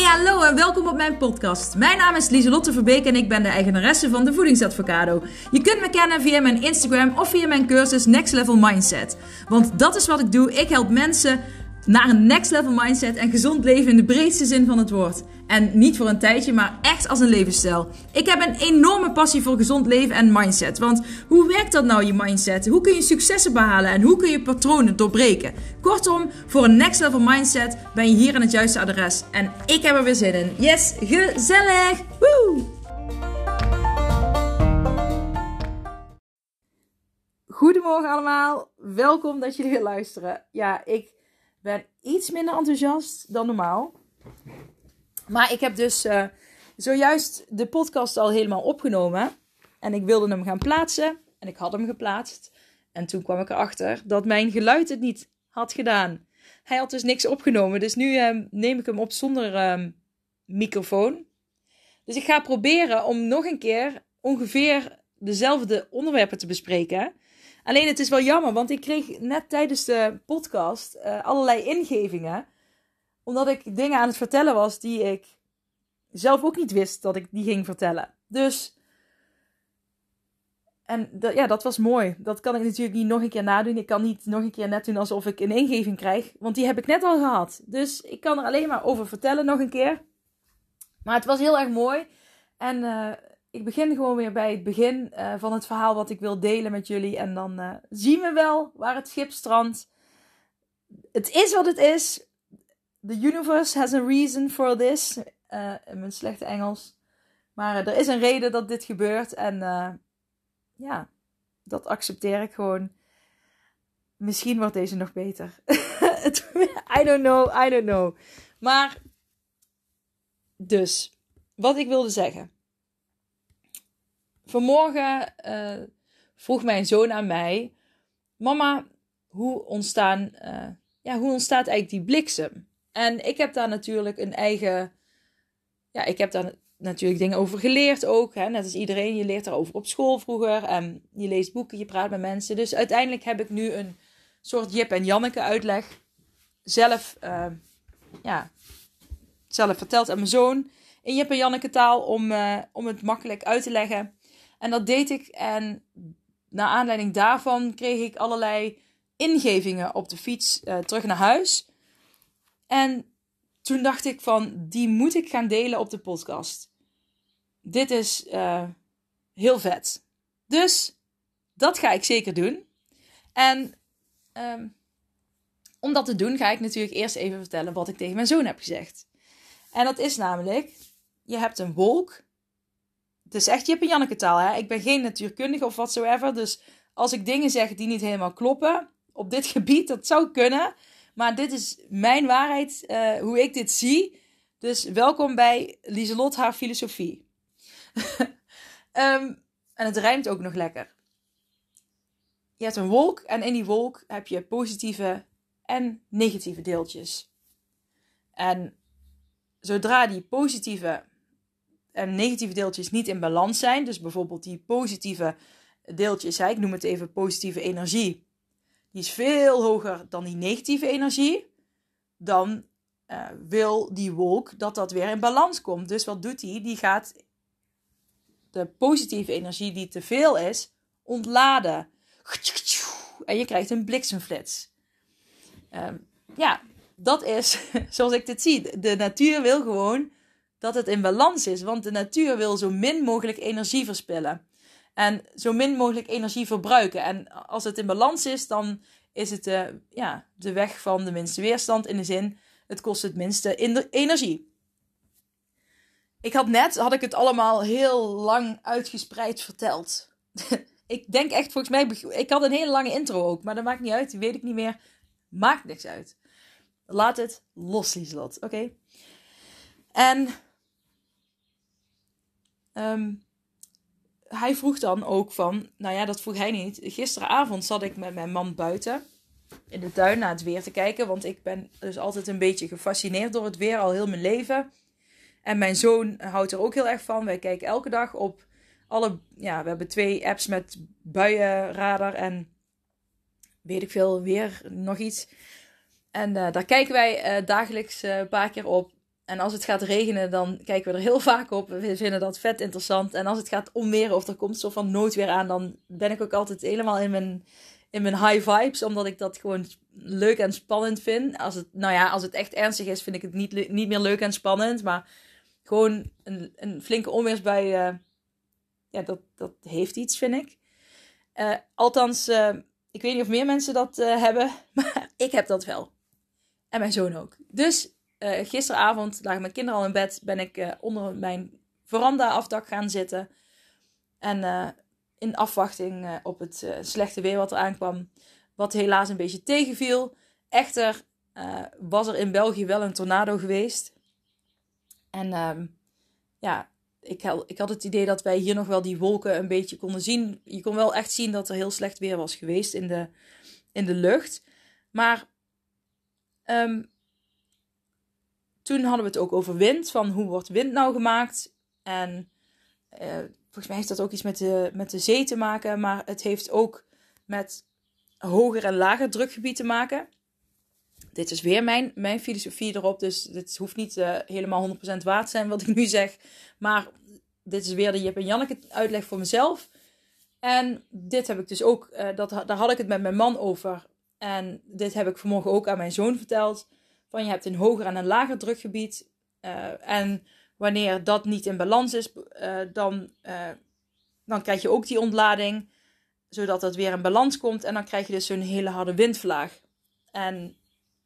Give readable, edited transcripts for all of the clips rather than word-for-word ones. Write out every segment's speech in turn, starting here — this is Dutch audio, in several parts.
Hallo en welkom op mijn podcast. Mijn naam is Lieselotte Verbeek en ik ben de eigenaresse van de Voedingsadvocado. Je kunt me kennen via mijn Instagram of via mijn cursus Next Level Mindset. Want dat is wat ik doe. Ik help mensen naar een next level mindset en gezond leven in de breedste zin van het woord. En niet voor een tijdje, maar echt als een levensstijl. Ik heb een enorme passie voor gezond leven en mindset. Want hoe werkt dat nou, je mindset? Hoe kun je successen behalen en hoe kun je patronen doorbreken? Kortom, voor een next level mindset ben je hier aan het juiste adres. En ik heb er weer zin in. Yes, gezellig! Woe! Goedemorgen allemaal. Welkom dat jullie weer luisteren. Ja, ik ben iets minder enthousiast dan normaal. Maar ik heb dus zojuist de podcast al helemaal opgenomen. En ik wilde hem gaan plaatsen. En ik had hem geplaatst. En toen kwam ik erachter dat mijn geluid het niet had gedaan. Hij had dus niks opgenomen. Dus nu neem ik hem op zonder microfoon. Dus ik ga proberen om nog een keer ongeveer dezelfde onderwerpen te bespreken. Alleen het is wel jammer, want ik kreeg net tijdens de podcast allerlei ingevingen. Omdat ik dingen aan het vertellen was die ik zelf ook niet wist dat ik die ging vertellen. Dus, en dat was mooi. Dat kan ik natuurlijk niet nog een keer nadoen. Ik kan niet nog een keer net doen alsof ik een ingeving krijg. Want die heb ik net al gehad. Dus ik kan er alleen maar over vertellen nog een keer. Maar het was heel erg mooi. En ik begin gewoon weer bij het begin van het verhaal wat ik wil delen met jullie. En dan zien we wel waar het schip strandt. Het is wat het is. The universe has a reason for this. In mijn slechte Engels. Maar er is een reden dat dit gebeurt. En dat accepteer ik gewoon. Misschien wordt deze nog beter. I don't know. Maar, dus, wat ik wilde zeggen. Vanmorgen vroeg mijn zoon aan mij: Mama, hoe ontstaat eigenlijk die bliksem? En ik heb daar natuurlijk een eigen... Ja, ik heb daar natuurlijk dingen over geleerd ook. Hè? Net als iedereen, je leert daarover op school vroeger. En je leest boeken, je praat met mensen. Dus uiteindelijk heb ik nu een soort Jip en Janneke uitleg zelf verteld aan mijn zoon. In Jip en Janneke taal om het makkelijk uit te leggen. En dat deed ik. En naar aanleiding daarvan kreeg ik allerlei ingevingen op de fiets terug naar huis. En toen dacht ik van, die moet ik gaan delen op de podcast. Dit is heel vet. Dus dat ga ik zeker doen. En om dat te doen ga ik natuurlijk eerst even vertellen wat ik tegen mijn zoon heb gezegd. En dat is namelijk, je hebt een wolk. Het is echt Jip en Janneke taal, hè? Ik ben geen natuurkundige of whatsoever. Dus als ik dingen zeg die niet helemaal kloppen op dit gebied, dat zou kunnen. Maar dit is mijn waarheid, hoe ik dit zie. Dus welkom bij Lieselot haar filosofie. En het rijmt ook nog lekker. Je hebt een wolk en in die wolk heb je positieve en negatieve deeltjes. En zodra die positieve en negatieve deeltjes niet in balans zijn, dus bijvoorbeeld die positieve deeltjes, ik noem het even positieve energie, die is veel hoger dan die negatieve energie, dan wil die wolk dat weer in balans komt. Dus wat doet die? Die gaat de positieve energie die te veel is, ontladen. En je krijgt een bliksemflits. Dat is zoals ik dit zie. De natuur wil gewoon dat het in balans is. Want de natuur wil zo min mogelijk energie verspillen. En zo min mogelijk energie verbruiken. En als het in balans is, dan is het de weg van de minste weerstand. In de zin, het kost het minste energie. Had ik het allemaal heel lang uitgespreid verteld. Ik denk echt, volgens mij, ik had een hele lange intro ook. Maar dat maakt niet uit, die weet ik niet meer. Maakt niks uit. Laat het los, Lieselot. Oké? En hij vroeg dan ook van, dat vroeg hij niet. Gisteravond zat ik met mijn man buiten in de tuin naar het weer te kijken. Want ik ben dus altijd een beetje gefascineerd door het weer al heel mijn leven. En mijn zoon houdt er ook heel erg van. Wij kijken elke dag op we hebben 2 apps met buienradar en weet ik veel, weer nog iets. En daar kijken wij dagelijks een paar keer op. En als het gaat regenen, dan kijken we er heel vaak op. We vinden dat vet interessant. En als het gaat omweren of er komt zo van noodweer aan, dan ben ik ook altijd helemaal in mijn high vibes. Omdat ik dat gewoon leuk en spannend vind. Als het echt ernstig is, vind ik het niet meer leuk en spannend. Maar gewoon een flinke onweersbui, dat heeft iets, vind ik. Althans, ik weet niet of meer mensen dat hebben. Maar ik heb dat wel. En mijn zoon ook. Dus gisteravond lagen mijn kinderen al in bed. Ben ik onder mijn veranda-afdak gaan zitten. En in afwachting op het slechte weer wat er aankwam. Wat helaas een beetje tegenviel. Echter was er in België wel een tornado geweest. En ik had het idee dat wij hier nog wel die wolken een beetje konden zien. Je kon wel echt zien dat er heel slecht weer was geweest in de lucht. Maar toen hadden we het ook over wind. Van hoe wordt wind nou gemaakt? En volgens mij heeft dat ook iets met de zee te maken. Maar het heeft ook met hoger en lager drukgebied te maken. Dit is weer mijn filosofie erop. Dus dit hoeft niet helemaal 100% waar te zijn wat ik nu zeg. Maar dit is weer de Jip en Janneke uitleg voor mezelf. En dit heb ik dus ook, daar had ik het met mijn man over. En dit heb ik vanmorgen ook aan mijn zoon verteld. Van je hebt een hoger en een lager drukgebied. En wanneer dat niet in balans is, dan krijg je ook die ontlading. Zodat het weer in balans komt. En dan krijg je dus zo'n hele harde windvlaag. En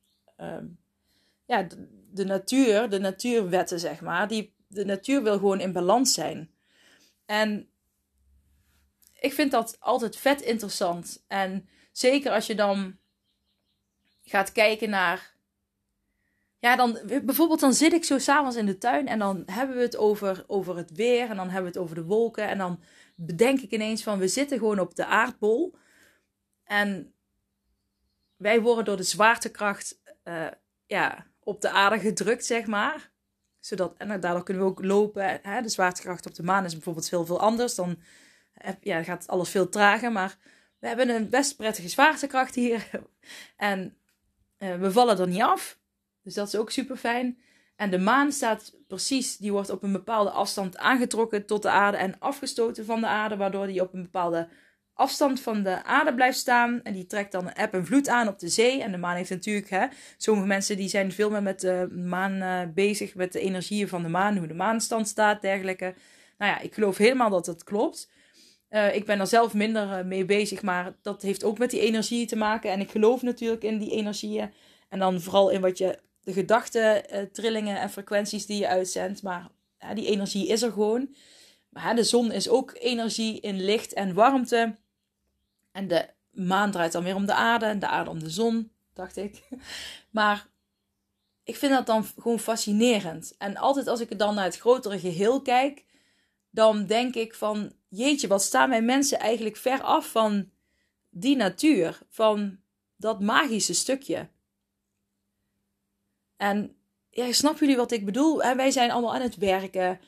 de natuurwetten, zeg maar. De natuur wil gewoon in balans zijn. En ik vind dat altijd vet interessant. En zeker als je dan gaat kijken naar... Ja, dan zit ik zo 's avonds in de tuin en dan hebben we het over het weer. En dan hebben we het over de wolken. En dan bedenk ik ineens van, we zitten gewoon op de aardbol. En wij worden door de zwaartekracht op de aarde gedrukt, zeg maar. En daardoor kunnen we ook lopen. Hè? De zwaartekracht op de maan is bijvoorbeeld heel veel anders. Dan gaat alles veel trager. Maar we hebben een best prettige zwaartekracht hier. En we vallen er niet af. Dus dat is ook super fijn. En de maan staat precies, die wordt op een bepaalde afstand aangetrokken tot de aarde en afgestoten van de aarde. Waardoor die op een bepaalde afstand van de aarde blijft staan. En die trekt dan een eb en vloed aan op de zee. En de maan heeft natuurlijk, sommige mensen die zijn veel meer met de maan bezig. Met de energieën van de maan, hoe de maan in stand staat, dergelijke. Nou ja, ik geloof helemaal dat het klopt. Ik ben er zelf minder mee bezig, maar dat heeft ook met die energieën te maken. En ik geloof natuurlijk in die energieën. En dan vooral in de gedachten, trillingen en frequenties die je uitzendt. Maar die energie is er gewoon. Maar de zon is ook energie in licht en warmte. En de maan draait dan weer om de aarde en de aarde om de zon, dacht ik. Maar ik vind dat dan gewoon fascinerend. En altijd als ik dan naar het grotere geheel kijk, dan denk ik van, jeetje, wat staan wij mensen eigenlijk ver af van die natuur. Van dat magische stukje. En ja, snappen jullie wat ik bedoel? En wij zijn allemaal aan het werken.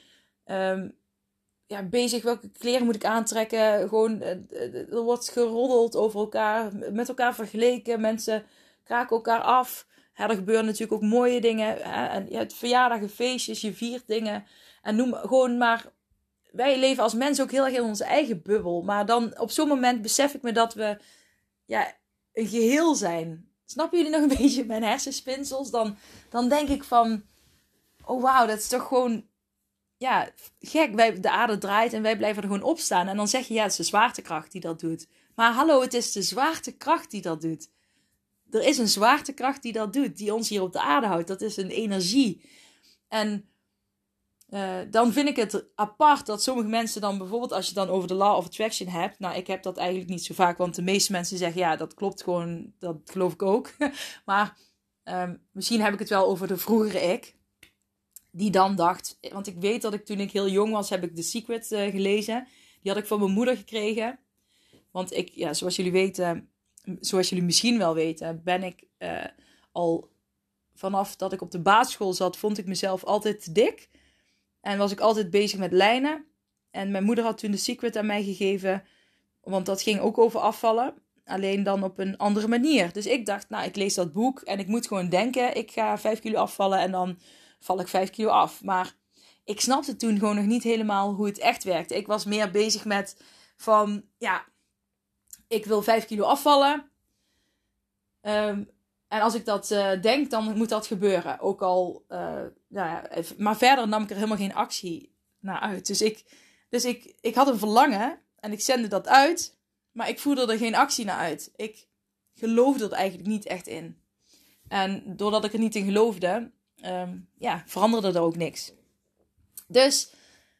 Bezig, welke kleren moet ik aantrekken? Gewoon, er wordt geroddeld over elkaar, met elkaar vergeleken. Mensen kraken elkaar af. Ja, er gebeuren natuurlijk ook mooie dingen. En het verjaardagen, feestjes, je viert dingen. En noem gewoon maar... Wij leven als mensen ook heel erg in onze eigen bubbel. Maar dan op zo'n moment besef ik me dat we een geheel zijn. Snappen jullie nog een beetje mijn hersenspinsels? Dan denk ik van... Oh wauw, dat is toch gewoon... Ja, gek. De aarde draait en wij blijven er gewoon op staan. En dan zeg je, ja, het is de zwaartekracht die dat doet. Maar hallo, het is de zwaartekracht die dat doet. Er is een zwaartekracht die dat doet. Die ons hier op de aarde houdt. Dat is een energie. En dan vind ik het apart dat sommige mensen dan bijvoorbeeld... Als je dan over de law of attraction hebt... Nou, ik heb dat eigenlijk niet zo vaak. Want de meeste mensen zeggen, ja, dat klopt gewoon. Dat geloof ik ook. Maar misschien heb ik het wel over de vroegere ik... Die dan dacht, want ik weet dat toen ik heel jong was, heb ik The Secret gelezen. Die had ik van mijn moeder gekregen. Want zoals jullie misschien wel weten, ben ik al vanaf dat ik op de basisschool zat, vond ik mezelf altijd te dik. En was ik altijd bezig met lijnen. En mijn moeder had toen The Secret aan mij gegeven, want dat ging ook over afvallen. Alleen dan op een andere manier. Dus ik dacht, nou, ik lees dat boek en ik moet gewoon denken, ik ga 5 kilo afvallen en dan... val ik 5 kilo af. Maar ik snapte toen gewoon nog niet helemaal hoe het echt werkte. Ik was meer bezig met van, ja, ik wil 5 kilo afvallen. En als ik dat denk, dan moet dat gebeuren. Ook al, maar verder nam ik er helemaal geen actie naar uit. Dus ik had een verlangen en ik zende dat uit. Maar ik voerde er geen actie naar uit. Ik geloofde er eigenlijk niet echt in. En doordat ik er niet in geloofde, veranderde er ook niks. Dus,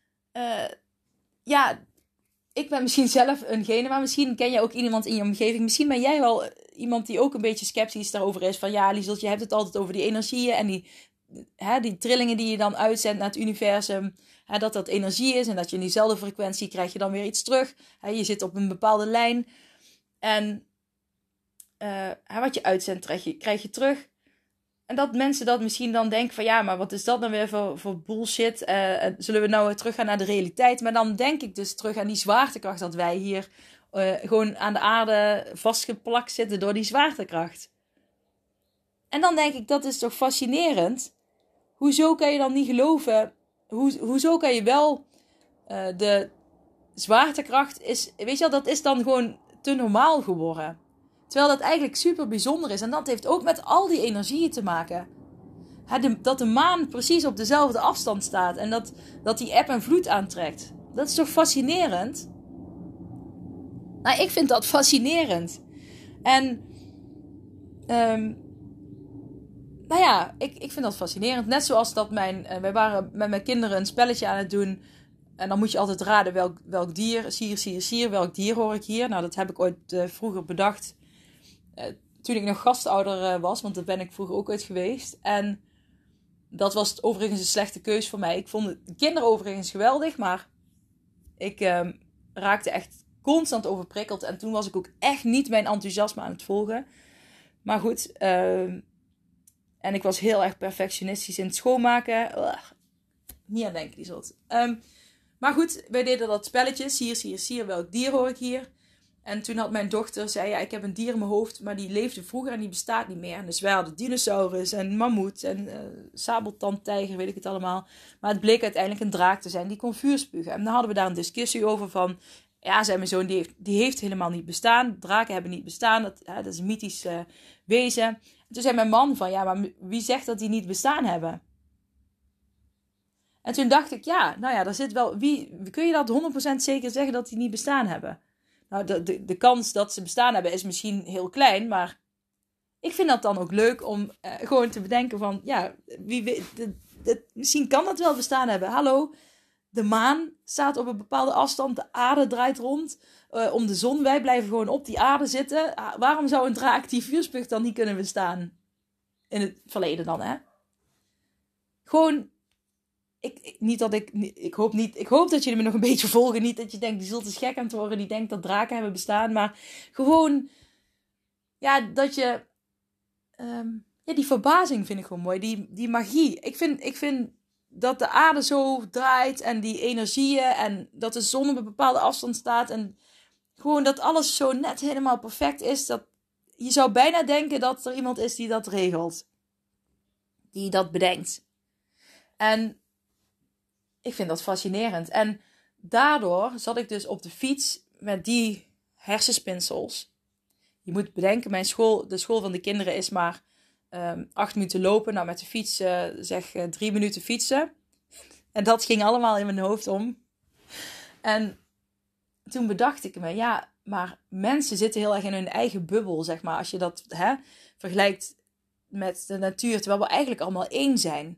ik ben misschien zelf eengene, maar misschien ken je ook iemand in je omgeving. Misschien ben jij wel iemand die ook een beetje sceptisch daarover is. Van ja, Lieselt, je hebt het altijd over die energieën en die trillingen die je dan uitzendt naar het universum. Dat energie is en dat je in diezelfde frequentie krijg je dan weer iets terug. Je zit op een bepaalde lijn. En wat je uitzendt krijg je terug. En dat mensen dat misschien dan denken van ja, maar wat is dat nou weer voor bullshit? Zullen we nou weer teruggaan naar de realiteit? Maar dan denk ik dus terug aan die zwaartekracht. Dat wij hier gewoon aan de aarde vastgeplakt zitten door die zwaartekracht. En dan denk ik, dat is toch fascinerend? Hoezo kan je dan niet geloven? Hoezo kan je wel de zwaartekracht is... Weet je wel, dat is dan gewoon te normaal geworden. Terwijl dat eigenlijk super bijzonder is. En dat heeft ook met al die energieën te maken. Dat de maan precies op dezelfde afstand staat. En dat die eb en vloed aantrekt. Dat is toch fascinerend? Nou, ik vind dat fascinerend. En... ik vind dat fascinerend. Net zoals dat wij waren met mijn kinderen een spelletje aan het doen. En dan moet je altijd raden welk dier. Sier, welk dier hoor ik hier? Nou, dat heb ik ooit vroeger bedacht. Toen ik nog gastouder was. Want daar ben ik vroeger ook ooit geweest. En dat was overigens een slechte keus voor mij. Ik vond de kinderen overigens geweldig. Maar ik raakte echt constant overprikkeld. En toen was ik ook echt niet mijn enthousiasme aan het volgen. Maar goed. En ik was heel erg perfectionistisch in het schoonmaken. Niet aan denken, die soort. Maar goed, wij deden dat spelletje. Sier, welk dier hoor ik hier? En toen had mijn dochter, zei ja, ik heb een dier in mijn hoofd, maar die leefde vroeger en die bestaat niet meer. En dus wij hadden dinosaurus en mammoet en sabeltandtijger, weet ik het allemaal. Maar het bleek uiteindelijk een draak te zijn die kon vuur spugen. En dan hadden we daar een discussie over van, ja, zei mijn zoon, die heeft helemaal niet bestaan. Draken hebben niet bestaan, dat is een mythisch wezen. En toen zei mijn man van, ja, maar wie zegt dat die niet bestaan hebben? En toen dacht ik, ja, nou ja, daar zit wel... kun je dat 100% zeker zeggen dat die niet bestaan hebben? Nou, de kans dat ze bestaan hebben is misschien heel klein, maar ik vind dat dan ook leuk om gewoon te bedenken van, ja, wie weet, misschien kan dat wel bestaan hebben. Hallo, de maan staat op een bepaalde afstand, de aarde draait rond om de zon. Wij blijven gewoon op die aarde zitten. Waarom zou een draak die vuur spuugt dan niet kunnen bestaan? In het verleden dan, hè? Gewoon... Ik hoop dat jullie me nog een beetje volgen. Niet dat je denkt, die zult eens gek aan het worden. Die denkt dat draken hebben bestaan. Maar gewoon, ja, dat je... die verbazing vind ik gewoon mooi. Die magie. Ik vind dat de aarde zo draait en die energieën. En dat de zon op een bepaalde afstand staat. En gewoon dat alles zo net helemaal perfect is. Dat je zou bijna denken dat er iemand is die dat regelt. Die dat bedenkt. En... ik vind dat fascinerend. En daardoor zat ik dus op de fiets met die hersenspinsels. Je moet bedenken, de school van de kinderen is maar 8 minuten lopen. Nou, met de fiets 3 minuten fietsen. En dat ging allemaal in mijn hoofd om. En toen bedacht ik me, ja, maar mensen zitten heel erg in hun eigen bubbel, zeg maar. Als je dat vergelijkt met de natuur, terwijl we eigenlijk allemaal één zijn.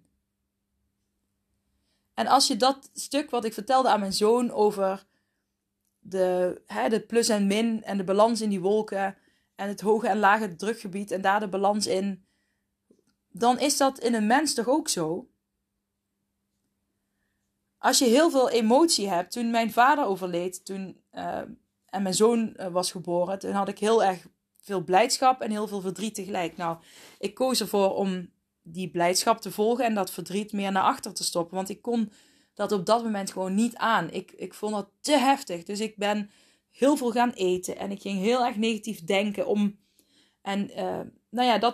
En als je dat stuk wat ik vertelde aan mijn zoon over de plus en min en de balans in die wolken en het hoge en lage drukgebied en daar de balans in, dan is dat in een mens toch ook zo? Als je heel veel emotie hebt, toen mijn vader overleed en mijn zoon was geboren, toen had ik heel erg veel blijdschap en heel veel verdriet tegelijk. Nou, ik koos ervoor om die blijdschap te volgen en dat verdriet meer naar achter te stoppen. Want ik kon dat op dat moment gewoon niet aan. Ik vond dat te heftig. Dus ik ben heel veel gaan eten. En ik ging heel erg negatief denken.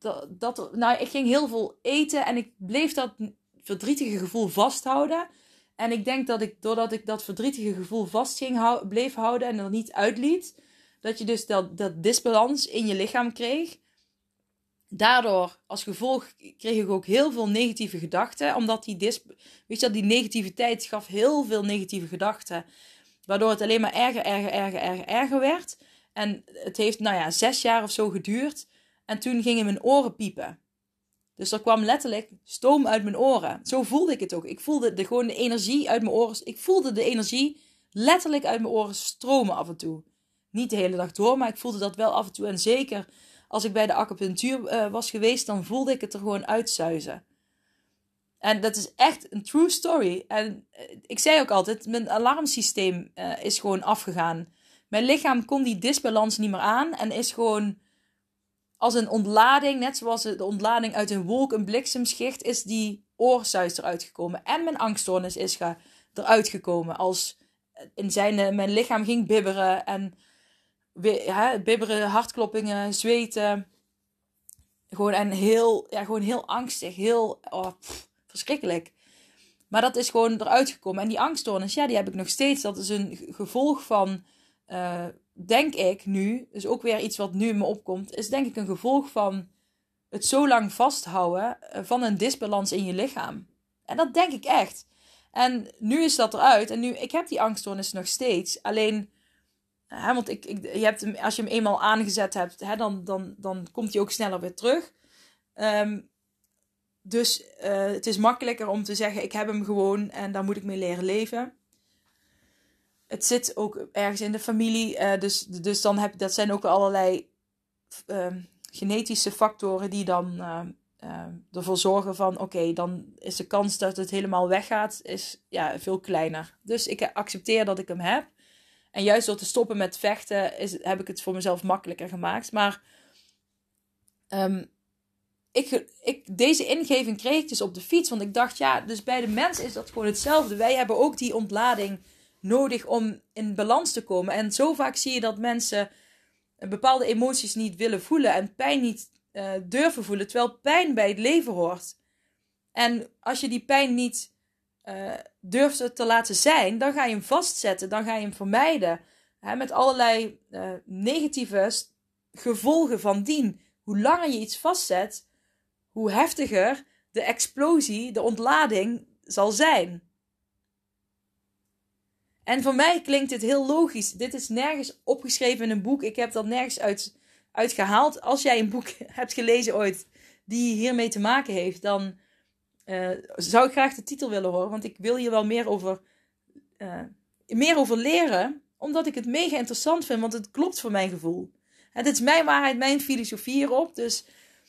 ik ging heel veel eten en ik bleef dat verdrietige gevoel vasthouden. En ik denk dat doordat ik dat verdrietige gevoel bleef houden en er niet uitliet, dat je dus dat disbalans in je lichaam kreeg. Daardoor, als gevolg, kreeg ik ook heel veel negatieve gedachten. Omdat die negativiteit gaf heel veel negatieve gedachten. Waardoor het alleen maar erger werd. En het heeft, 6 jaar of zo geduurd. En toen gingen mijn oren piepen. Dus er kwam letterlijk stoom uit mijn oren. Zo voelde ik het ook. Ik voelde gewoon de energie uit mijn oren. Ik voelde de energie letterlijk uit mijn oren stromen af en toe. Niet de hele dag door, maar ik voelde dat wel af en toe. En zeker als ik bij de acupunctuur was geweest, dan voelde ik het er gewoon uitzuizen. En dat is echt een true story. En ik zei ook altijd, mijn alarmsysteem is gewoon afgegaan. Mijn lichaam kon die disbalans niet meer aan en is gewoon als een ontlading, net zoals de ontlading uit een wolk, een bliksemschicht, is die oorsuis eruit gekomen. En mijn angststoornis is eruit gekomen. Als mijn lichaam ging bibberen en bibberen, hartkloppingen, zweten. Gewoon heel angstig, verschrikkelijk. Maar dat is gewoon eruit gekomen. En die angststoornis, die heb ik nog steeds. Dat is een gevolg van, denk ik nu, dus ook weer iets wat nu in me opkomt, is denk ik een gevolg van het zo lang vasthouden van een disbalans in je lichaam. En dat denk ik echt. En nu is dat eruit. En ik heb die angststoornis nog steeds. Alleen, want als je hem eenmaal aangezet hebt, dan komt hij ook sneller weer terug. Dus het is makkelijker om te zeggen, ik heb hem gewoon en daar moet ik mee leren leven. Het zit ook ergens in de familie. Dus dat zijn ook allerlei genetische factoren die dan ervoor zorgen van, oké, dan is de kans dat het helemaal weggaat veel kleiner. Dus ik accepteer dat ik hem heb. En juist door te stoppen met vechten heb ik het voor mezelf makkelijker gemaakt. Maar deze ingeving kreeg ik dus op de fiets. Want ik dacht, dus bij de mens is dat gewoon hetzelfde. Wij hebben ook die ontlading nodig om in balans te komen. En zo vaak zie je dat mensen bepaalde emoties niet willen voelen. En pijn niet durven voelen. Terwijl pijn bij het leven hoort. En als je die pijn niet durft te laten zijn, dan ga je hem vastzetten. Dan ga je hem vermijden. Met allerlei negatieve gevolgen van dien. Hoe langer je iets vastzet, hoe heftiger de explosie, de ontlading zal zijn. En voor mij klinkt dit heel logisch. Dit is nergens opgeschreven in een boek. Ik heb dat nergens uit gehaald. Als jij een boek hebt gelezen ooit die hiermee te maken heeft, dan zou ik graag de titel willen horen. Want ik wil hier wel meer over leren. Omdat ik het mega interessant vind. Want het klopt voor mijn gevoel. Het is mijn waarheid, mijn filosofie hierop. Dus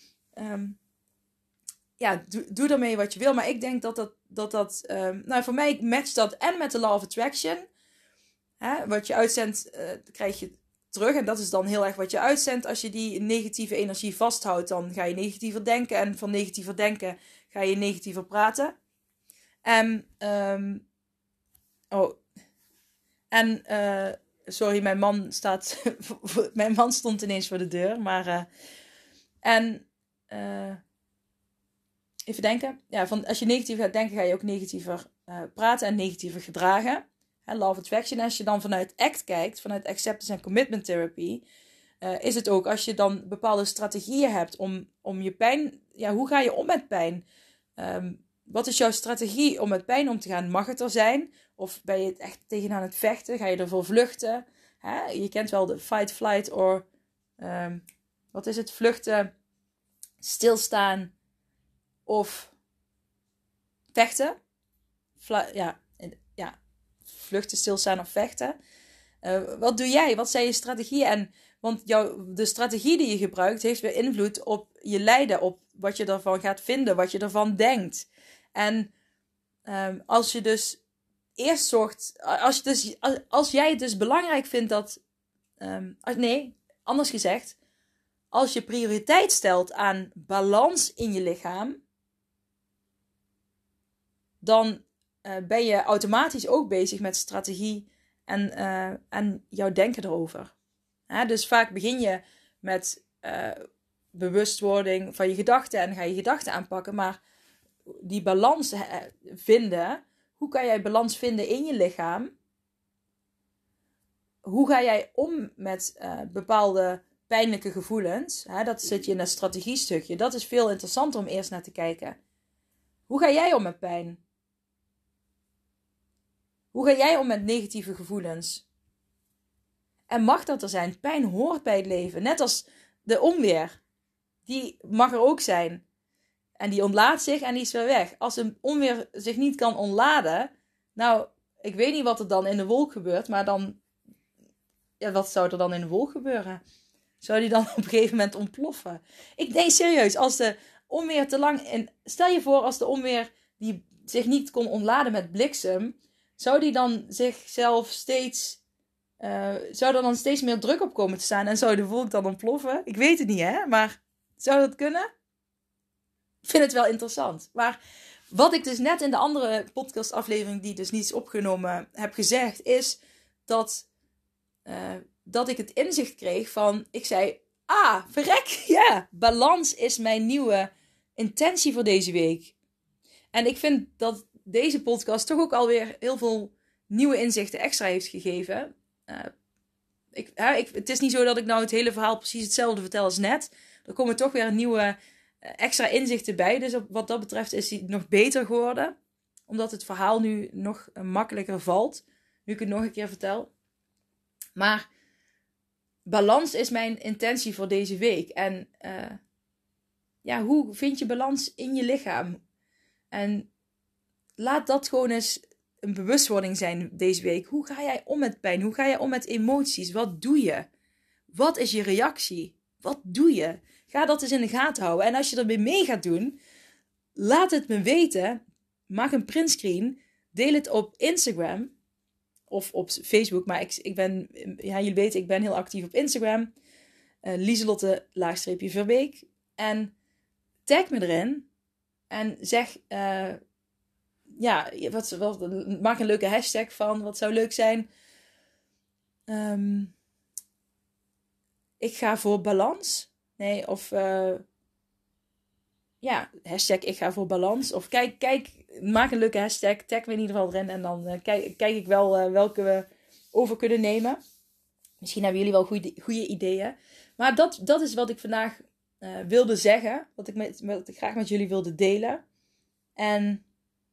doe daarmee wat je wil. Maar ik denk dat voor mij matcht dat en met de Law of Attraction. Wat je uitzendt, krijg je terug. En dat is dan heel erg wat je uitzendt. Als je die negatieve energie vasthoudt, dan ga je negatiever denken. En van negatiever denken ga je negatiever praten. Sorry, mijn man stond ineens voor de deur. Maar even denken. Als je negatief gaat denken, ga je ook negatiever praten en negatiever gedragen. Law of Attraction. En als je dan vanuit ACT kijkt, vanuit Acceptance and Commitment Therapy, is het ook als je dan bepaalde strategieën hebt om je pijn. Hoe ga je om met pijn? Wat is jouw strategie om met pijn om te gaan? Mag het er zijn? Of ben je het echt tegenaan het vechten? Ga je ervoor vluchten? Je kent wel de fight, flight or wat is het? Vluchten, stilstaan of vechten. Vluchten, stilstaan of vechten. Wat doe jij? Wat zijn je strategieën? Want de strategie die je gebruikt heeft weer invloed op je lijden, op wat je ervan gaat vinden, wat je ervan denkt. En als je dus eerst zorgt, als jij het dus belangrijk vindt dat, anders gezegd, als je prioriteit stelt aan balans in je lichaam, dan ben je automatisch ook bezig met strategie en jouw denken erover. Dus vaak begin je met bewustwording van je gedachten en ga je gedachten aanpakken. Maar die balans vinden, hoe kan jij balans vinden in je lichaam? Hoe ga jij om met bepaalde pijnlijke gevoelens? Dat zit je in een strategiestukje. Dat is veel interessanter om eerst naar te kijken. Hoe ga jij om met pijn? Hoe ga jij om met negatieve gevoelens? En mag dat er zijn? Pijn hoort bij het leven. Net als de onweer. Die mag er ook zijn. En die ontlaadt zich en die is weer weg. Als een onweer zich niet kan ontladen. Nou, ik weet niet wat er dan in de wolk gebeurt. Maar dan... Ja, wat zou er dan in de wolk gebeuren? Zou die dan op een gegeven moment ontploffen? Ik denk serieus, als de onweer te lang... Stel je voor als de onweer die zich niet kon ontladen met bliksem... Zou die dan zichzelf steeds... zou er dan steeds meer druk op komen te staan? En zou de wolk dan ontploffen? Ik weet het niet, hè? Maar zou dat kunnen? Ik vind het wel interessant. Maar wat ik dus net in de andere podcastaflevering... die dus niet is opgenomen, heb gezegd... is dat ik het inzicht kreeg van... Ik zei... verrek! Ja, balans is mijn nieuwe intentie voor deze week. En ik vind dat... deze podcast toch ook alweer heel veel nieuwe inzichten extra heeft gegeven. Het is niet zo dat ik nou het hele verhaal precies hetzelfde vertel als net. Er komen toch weer nieuwe extra inzichten bij. Dus wat dat betreft is hij nog beter geworden. Omdat het verhaal nu nog makkelijker valt. Nu ik het nog een keer vertel. Maar balans is mijn intentie voor deze week. En hoe vind je balans in je lichaam? En laat dat gewoon eens een bewustwording zijn deze week. Hoe ga jij om met pijn? Hoe ga jij om met emoties? Wat doe je? Wat is je reactie? Wat doe je? Ga dat eens in de gaten houden. En als je ermee mee gaat doen, laat het me weten. Maak een printscreen. Deel het op Instagram. Of op Facebook. Maar jullie weten, ik ben heel actief op Instagram. Lieselotte_Verbeek. En tag me erin. En zeg... maak een leuke hashtag van. Wat zou leuk zijn? Ik ga voor balans. Nee, of... hashtag ik ga voor balans. Of kijk, maak een leuke hashtag. Tag me in ieder geval erin. En dan kijk ik wel welke we over kunnen nemen. Misschien hebben jullie wel goede ideeën. Maar dat is wat ik vandaag wilde zeggen. Wat ik graag met jullie wilde delen. En...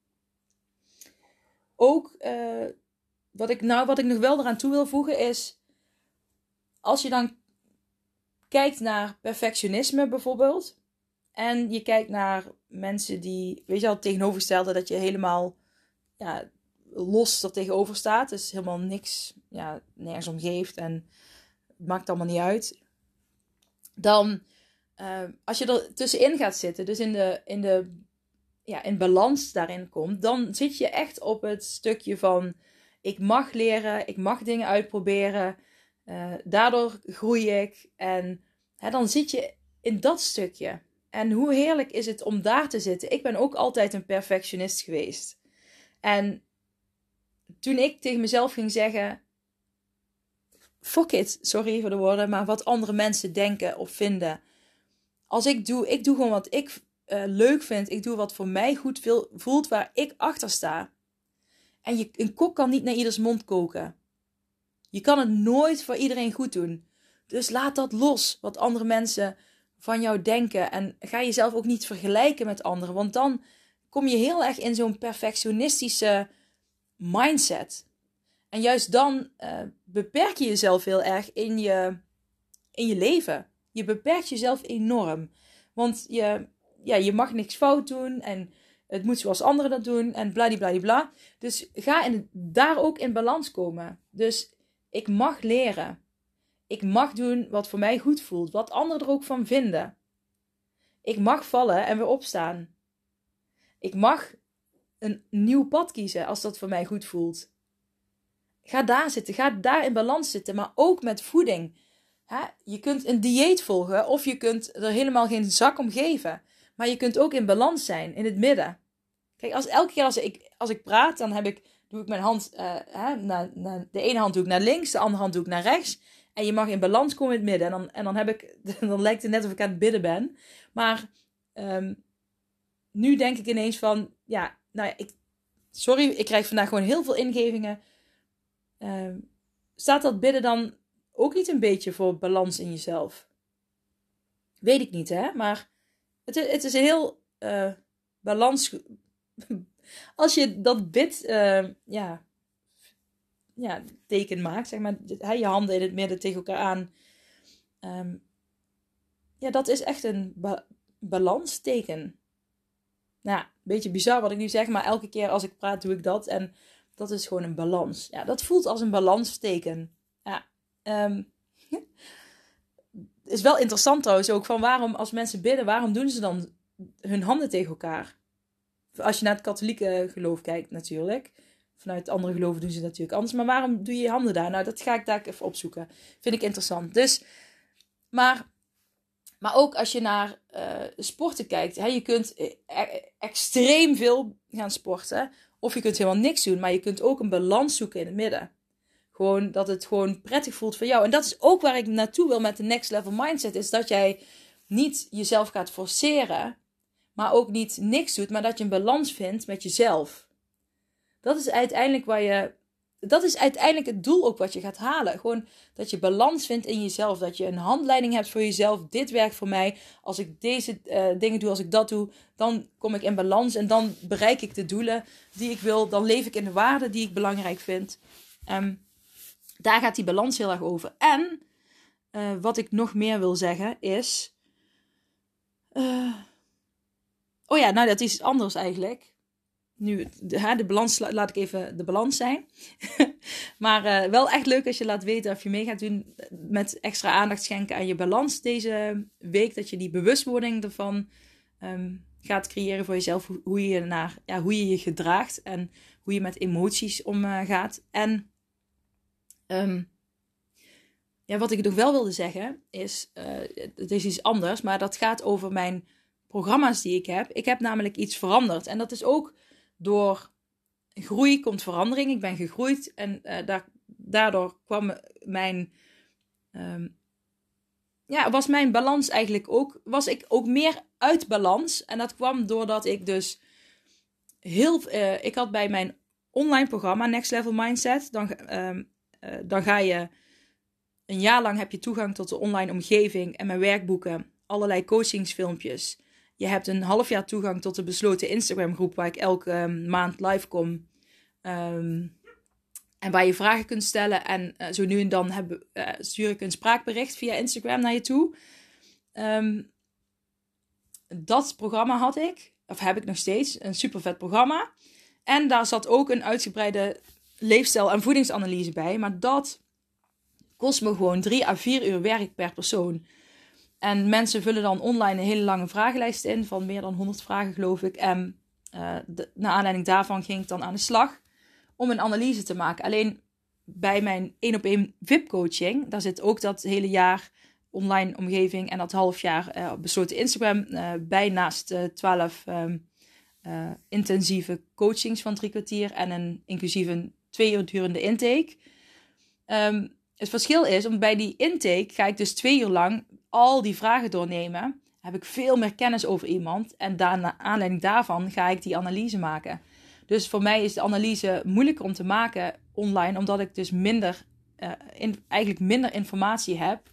ook wat ik nog wel eraan toe wil voegen is... als je dan kijkt naar perfectionisme bijvoorbeeld... en je kijkt naar mensen die... weet je al, tegenovergestelde dat je helemaal los er tegenover staat. Dus helemaal niks, nergens om geeft en het maakt allemaal niet uit. Dan, als je er tussenin gaat zitten, dus in balans daarin komt, dan zit je echt op het stukje van... ik mag leren, ik mag dingen uitproberen, daardoor groei ik. En dan zit je in dat stukje. En hoe heerlijk is het om daar te zitten. Ik ben ook altijd een perfectionist geweest. En toen ik tegen mezelf ging zeggen... fuck it, sorry voor de woorden, maar wat andere mensen denken of vinden. Als ik doe gewoon wat ik... leuk vind. Ik doe wat voor mij goed voelt, waar ik achter sta. En een kok kan niet naar ieders mond koken. Je kan het nooit voor iedereen goed doen. Dus laat dat los, wat andere mensen van jou denken. En ga jezelf ook niet vergelijken met anderen. Want dan kom je heel erg in zo'n perfectionistische mindset. En juist dan beperk je jezelf heel erg in je leven. Je beperkt jezelf enorm. Want je mag niks fout doen en het moet zoals anderen dat doen en bladibladibla. Dus ga daar ook in balans komen. Dus ik mag leren. Ik mag doen wat voor mij goed voelt, wat anderen er ook van vinden. Ik mag vallen en weer opstaan. Ik mag een nieuw pad kiezen als dat voor mij goed voelt. Ga daar zitten, ga daar in balans zitten, maar ook met voeding. Je kunt een dieet volgen of je kunt er helemaal geen zak om geven. Maar je kunt ook in balans zijn, in het midden. Kijk, elke keer als ik praat, dan doe ik mijn hand... de ene hand doe ik naar links, de andere hand doe ik naar rechts. En je mag in balans komen in het midden. En dan, dan lijkt het net of ik aan het bidden ben. Maar nu denk ik ineens van, ja, nou ja, ik krijg vandaag gewoon heel veel ingevingen. Staat dat bidden dan ook niet een beetje voor balans in jezelf? Weet ik niet, hè? Maar het is een heel balans. Als je dat teken maakt, zeg maar, je handen in het midden tegen elkaar aan. Dat is echt een balansteken. Nou, een beetje bizar wat ik nu zeg, maar elke keer als ik praat doe ik dat. En dat is gewoon een balans. Ja, dat voelt als een balansteken. Ja, is wel interessant trouwens ook, van waarom als mensen bidden, waarom doen ze dan hun handen tegen elkaar? Als je naar het katholieke geloof kijkt natuurlijk. Vanuit andere geloven doen ze het natuurlijk anders. Maar waarom doe je je handen daar? Nou, dat ga ik daar even opzoeken. Vind ik interessant. Dus, maar ook als je naar sporten kijkt. Hè, je kunt extreem veel gaan sporten. Of je kunt helemaal niks doen. Maar je kunt ook een balans zoeken in het midden. Gewoon dat het gewoon prettig voelt voor jou. En dat is ook waar ik naartoe wil met de Next Level Mindset. Is dat jij niet jezelf gaat forceren. Maar ook niet niks doet. Maar dat je een balans vindt met jezelf. Dat is uiteindelijk het doel ook wat je gaat halen. Gewoon dat je balans vindt in jezelf. Dat je een handleiding hebt voor jezelf. Dit werkt voor mij. Als ik deze dingen doe, als ik dat doe, dan kom ik in balans. En dan bereik ik de doelen die ik wil. Dan leef ik in de waarden die ik belangrijk vind. Daar gaat die balans heel erg over. En wat ik nog meer wil zeggen is... dat is iets anders eigenlijk. Nu, de balans, laat ik even de balans zijn. Maar wel echt leuk als je laat weten of je mee gaat doen met extra aandacht schenken aan je balans deze week. Dat je die bewustwording ervan gaat creëren voor jezelf. Hoe je je gedraagt en hoe je met emoties omgaat. En wat ik nog wel wilde zeggen is, het is iets anders, maar dat gaat over mijn programma's die ik heb. Ik heb namelijk iets veranderd. En dat is ook door groei komt verandering. Ik ben gegroeid en daardoor kwam was mijn balans eigenlijk ook, was ik ook meer uit balans. En dat kwam doordat ik dus ik had bij mijn online programma Next Level Mindset, dan ga je een jaar lang heb je toegang tot de online omgeving en mijn werkboeken, allerlei coachingsfilmpjes. Je hebt een half jaar toegang tot de besloten Instagram groep waar ik elke maand live kom. En waar je vragen kunt stellen. En zo nu en dan stuur ik een spraakbericht via Instagram naar je toe. Dat programma had ik, of heb ik nog steeds, een super vet programma. En daar zat ook een uitgebreide leefstijl- en voedingsanalyse bij. Maar dat kost me gewoon 3 à 4 uur werk per persoon. En mensen vullen dan online een hele lange vragenlijst in van meer dan 100 vragen, geloof ik. En naar aanleiding daarvan ging ik dan aan de slag om een analyse te maken. Alleen bij mijn 1-op-1 VIP-coaching, daar zit ook dat hele jaar online omgeving en dat half jaar besloten Instagram bij, naast 12 intensieve coachings van 3 kwartier en inclusief een 2 uur durende intake. Het verschil is, omdat bij die intake ga ik dus 2 uur lang al die vragen doornemen. Heb ik veel meer kennis over iemand. En naar aanleiding daarvan ga ik die analyse maken. Dus voor mij is de analyse moeilijker om te maken online. Omdat ik dus eigenlijk minder informatie heb.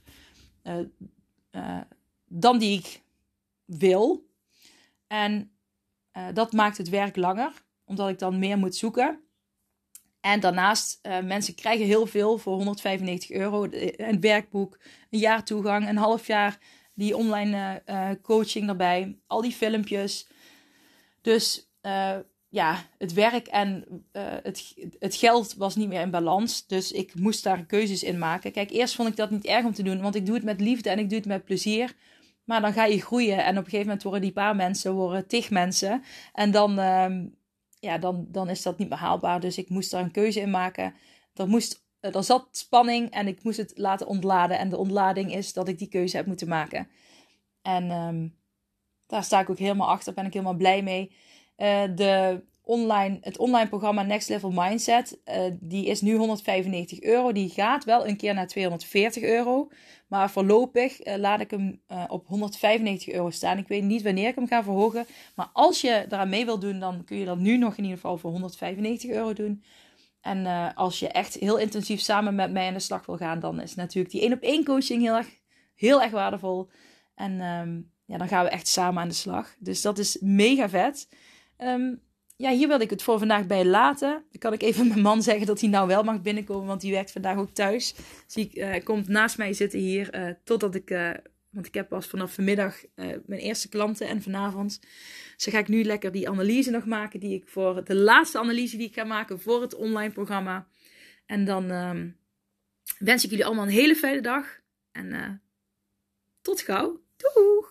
Dan die ik wil. En dat maakt het werk langer. Omdat ik dan meer moet zoeken. En daarnaast, mensen krijgen heel veel voor €195. Een werkboek, een jaar toegang, een half jaar die online coaching erbij. Al die filmpjes. Dus het werk en het geld was niet meer in balans. Dus ik moest daar keuzes in maken. Kijk, eerst vond ik dat niet erg om te doen. Want ik doe het met liefde en ik doe het met plezier. Maar dan ga je groeien. En op een gegeven moment worden die paar mensen 10 mensen. En dan is dat niet meer haalbaar. Dus ik moest daar een keuze in maken. Er zat spanning en ik moest het laten ontladen. En de ontlading is dat ik die keuze heb moeten maken. En daar sta ik ook helemaal achter. Ben ik helemaal blij mee. De het online programma Next Level Mindset. Die is nu €195. Die gaat wel een keer naar €240. Maar voorlopig laat ik hem op €195 staan. Ik weet niet wanneer ik hem ga verhogen. Maar als je eraan mee wilt doen, dan kun je dat nu nog in ieder geval voor €195 doen. En als je echt heel intensief samen met mij aan de slag wil gaan, dan is natuurlijk die 1-op-1 coaching heel erg waardevol. En dan gaan we echt samen aan de slag. Dus dat is mega vet. Hier wilde ik het voor vandaag bij laten. Dan kan ik even mijn man zeggen dat hij nou wel mag binnenkomen, want die werkt vandaag ook thuis. Dus hij komt naast mij zitten hier totdat want ik heb pas vanaf vanmiddag mijn eerste klanten en vanavond. Dus dan ga ik nu lekker die analyse nog maken, de laatste analyse die ik ga maken voor het online programma. En dan wens ik jullie allemaal een hele fijne dag. En tot gauw. Doeg!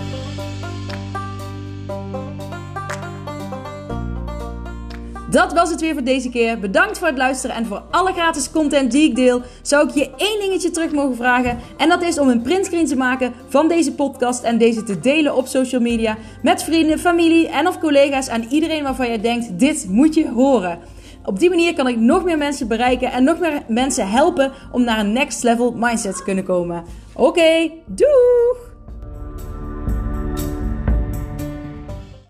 Dat was het weer voor deze keer. Bedankt voor het luisteren en voor alle gratis content die ik deel. Zou ik je 1 dingetje terug mogen vragen. En dat is om een printscreen te maken van deze podcast en deze te delen op social media. Met vrienden, familie en of collega's en iedereen waarvan jij denkt, dit moet je horen. Op die manier kan ik nog meer mensen bereiken en nog meer mensen helpen om naar een next level mindset te kunnen komen. Oké, doeg!